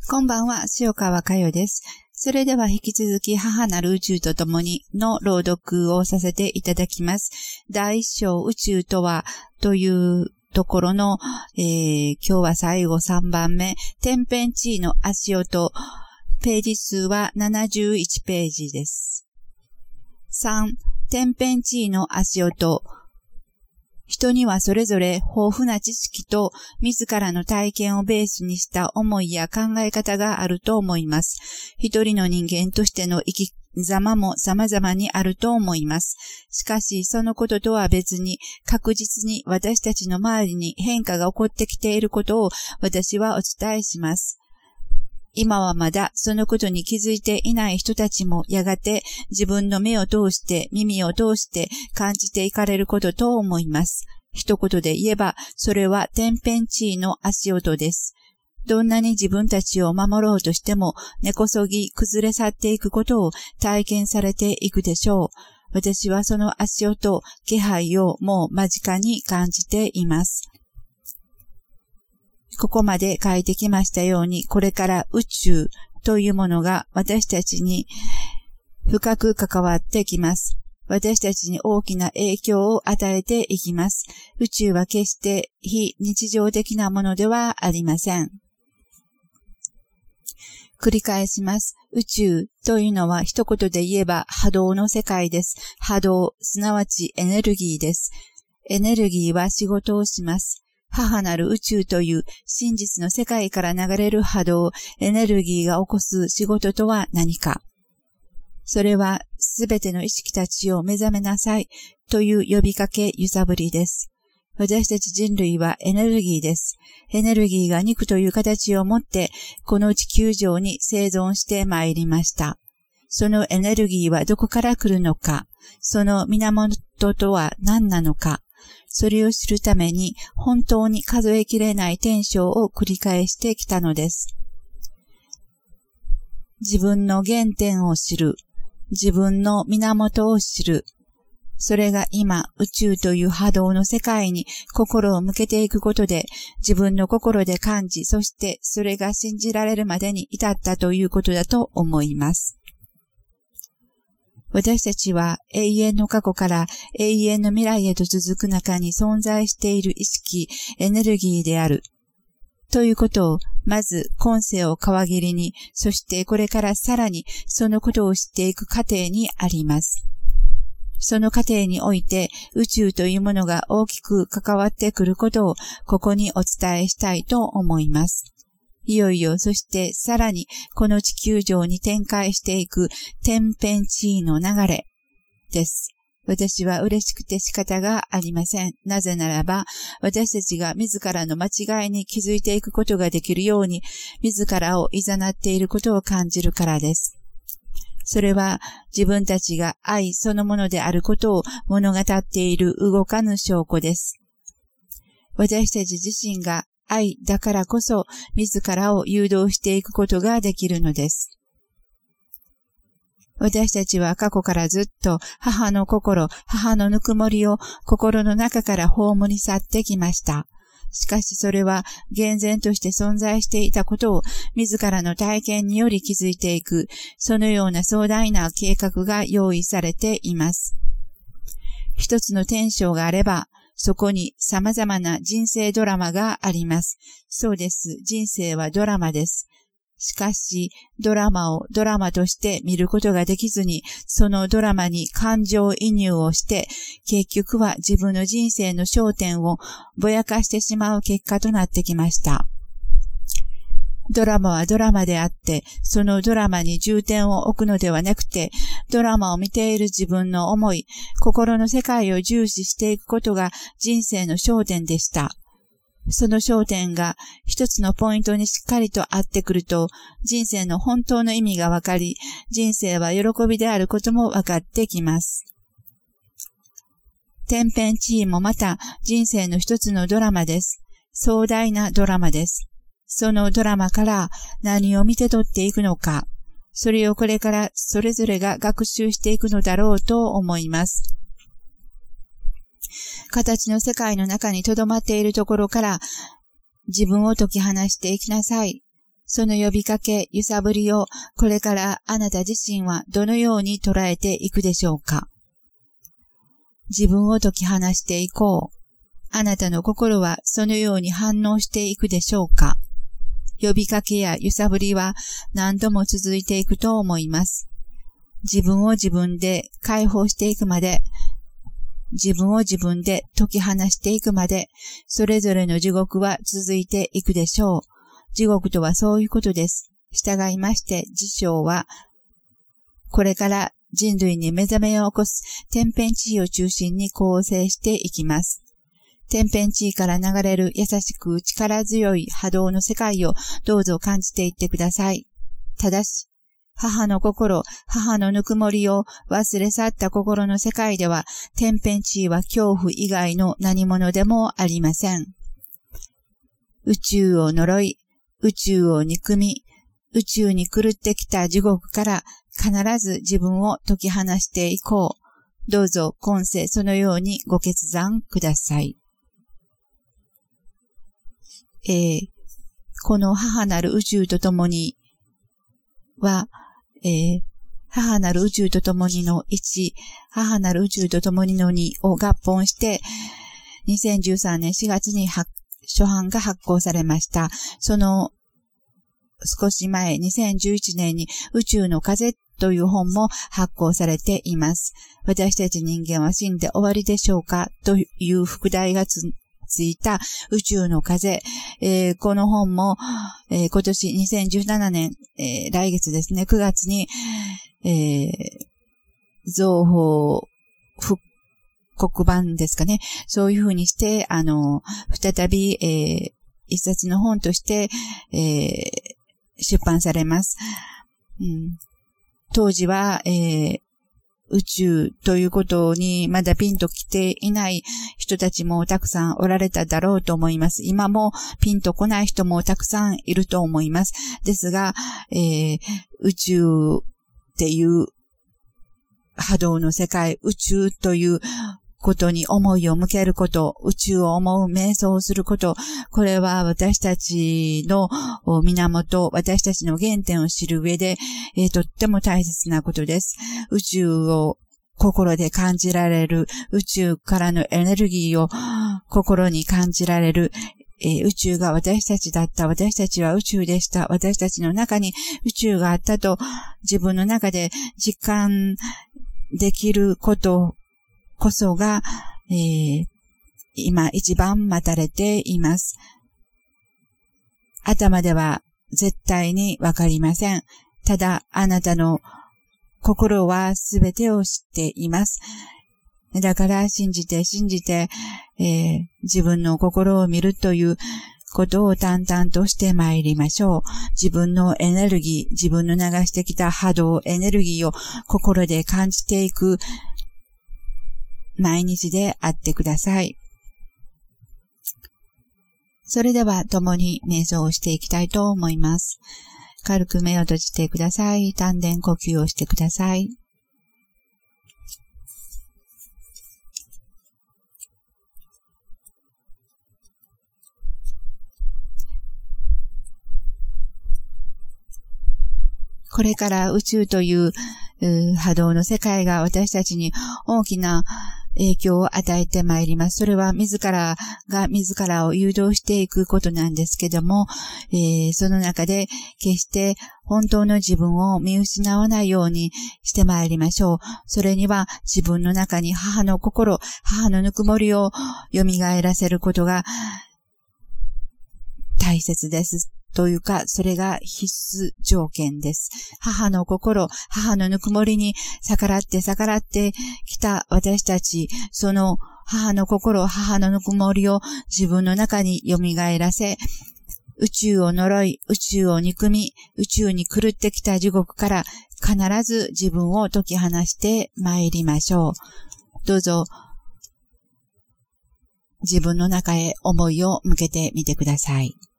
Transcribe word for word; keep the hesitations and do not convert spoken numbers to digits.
こんばんは、塩川佳代です。それでは引き続き母なる宇宙と共にの朗読をさせていただきます。第一章宇宙とはというところの、えー、今日は最後さんばんめ、天変地異の足音、ページ数はななじゅういちページです。さん、天変地異の足音。人にはそれぞれ豊富な知識と自らの体験をベースにした思いや考え方があると思います。一人の人間としての生き様も様々にあると思います。しかしそのこととは別に確実に私たちの周りに変化が起こってきていることを私はお伝えします。今はまだそのことに気づいていない人たちもやがて自分の目を通して耳を通して感じていかれることと思います。一言で言えばそれは天変地異の足音です。どんなに自分たちを守ろうとしても根こそぎ崩れ去っていくことを体験されていくでしょう。私はその足音、気配をもう間近に感じています。ここまで書いてきましたように、これから宇宙というものが私たちに深く関わってきます。私たちに大きな影響を与えていきます。宇宙は決して非日常的なものではありません。繰り返します。宇宙というのは一言で言えば波動の世界です。波動、すなわちエネルギーです。エネルギーは仕事をします。母なる宇宙という真実の世界から流れる波動、エネルギーが起こす仕事とは何か。それはすべての意識たちを目覚めなさいという呼びかけ揺さぶりです。私たち人類はエネルギーです。エネルギーが肉という形を持ってこの地球上に生存してまいりました。そのエネルギーはどこから来るのか、その源とは何なのか、それを知るために本当に数えきれない転生を繰り返してきたのです。自分の原点を知る。自分の源を知る。それが今宇宙という波動の世界に心を向けていくことで自分の心で感じ、そしてそれが信じられるまでに至ったということだと思います。私たちは永遠の過去から永遠の未来へと続く中に存在している意識、エネルギーである。ということを、まず今世を皮切りに、そしてこれからさらにそのことを知っていく過程にあります。その過程において宇宙というものが大きく関わってくることをここにお伝えしたいと思います。いよいよ、そしてさらにこの地球上に展開していく天変地異の流れです。私は嬉しくて仕方がありません。なぜならば、私たちが自らの間違いに気づいていくことができるように、自らを誘っていることを感じるからです。それは自分たちが愛そのものであることを物語っている動かぬ証拠です。私たち自身が愛だからこそ自らを誘導していくことができるのです。私たちは過去からずっと母の心、母のぬくもりを心の中から葬り去ってきました。しかしそれは厳然として存在していたことを自らの体験により気づいていく、そのような壮大な計画が用意されています。一つの転生があれば、そこに様々な人生ドラマがあります。そうです。人生はドラマです。しかし、ドラマをドラマとして見ることができずに、そのドラマに感情移入をして、結局は自分の人生の焦点をぼやかしてしまう結果となってきました。ドラマはドラマであって、そのドラマに重点を置くのではなくて、ドラマを見ている自分の思い、心の世界を重視していくことが人生の焦点でした。その焦点が一つのポイントにしっかりと合ってくると、人生の本当の意味がわかり、人生は喜びであることもわかってきます。天変地異もまた人生の一つのドラマです。壮大なドラマです。そのドラマから何を見て取っていくのか、それをこれからそれぞれが学習していくのだろうと思います。形の世界の中に留まっているところから自分を解き放していきなさい。 その呼びかけ、揺さぶりをこれからあなた自身はどのように捉えていくでしょうか。自分を解き放していこう。あなたの心はそのように反応していくでしょうか。呼びかけや揺さぶりは何度も続いていくと思います。自分を自分で解放していくまで、自分を自分で解き放していくまで、それぞれの地獄は続いていくでしょう。地獄とはそういうことです。従いまして、自称は、これから人類に目覚めを起こす天変地異を中心に構成していきます。天変地異から流れる優しく力強い波動の世界をどうぞ感じていってください。ただし、母の心、母のぬくもりを忘れ去った心の世界では、天変地異は恐怖以外の何者でもありません。宇宙を呪い、宇宙を憎み、宇宙に狂ってきた地獄から必ず自分を解き放していこう。どうぞ今世そのようにご決断ください。えー、この母なる宇宙とともには、えー、母なる宇宙とともにのいち、母なる宇宙とともにのにを合本して、にせんじゅうさんねんしがつに初版が発行されました。その少し前、にせんじゅういちねんに宇宙の風という本も発行されています。私たち人間は死んで終わりでしょうかという副題がつついた宇宙の風、えー、この本も、えー、今年にせんじゅうななねん、えー、来月ですね、くがつに、えー、増法復刻版ですかね、そういうふうにして、あの、再び、えー、一冊の本として、えー、出版されます。うん、当時は、えー宇宙ということにまだピンと来ていない人たちもたくさんおられただろうと思います。今もピンと来ない人もたくさんいると思います。ですが、えー、宇宙っていう波動の世界、宇宙ということに思いを向けること、宇宙を思う瞑想をすること、これは私たちの源、私たちの原点を知る上で、えー、とっても大切なことです。宇宙を心で感じられる、宇宙からのエネルギーを心に感じられる、えー、宇宙が私たちだった、私たちは宇宙でした、私たちの中に宇宙があったと自分の中で実感できることこそが、えー、今一番待たれています。頭では絶対にわかりません。ただあなたの心はすべてを知っています。だから信じて信じて、えー、自分の心を見るということを淡々として参りましょう。自分のエネルギー、自分の流してきた波動、エネルギーを心で感じていく毎日であってください。それでは共に瞑想をしていきたいと思います。軽く目を閉じてください。丹田呼吸をしてください。これから宇宙という波動の世界が私たちに大きな影響を与えてまいります。それは自らが自らを誘導していくことなんですけども、えー、その中で決して本当の自分を見失わないようにしてまいりましょう。それには自分の中に母の心、母のぬくもりを蘇らせることが大切です。というか、それが必須条件です。母の心、母のぬくもりに逆らって逆らってきた私たち、その母の心、母のぬくもりを自分の中に蘇らせ、宇宙を呪い、宇宙を憎み、宇宙に狂ってきた地獄から必ず自分を解き放して参りましょう。どうぞ、自分の中へ思いを向けてみてください。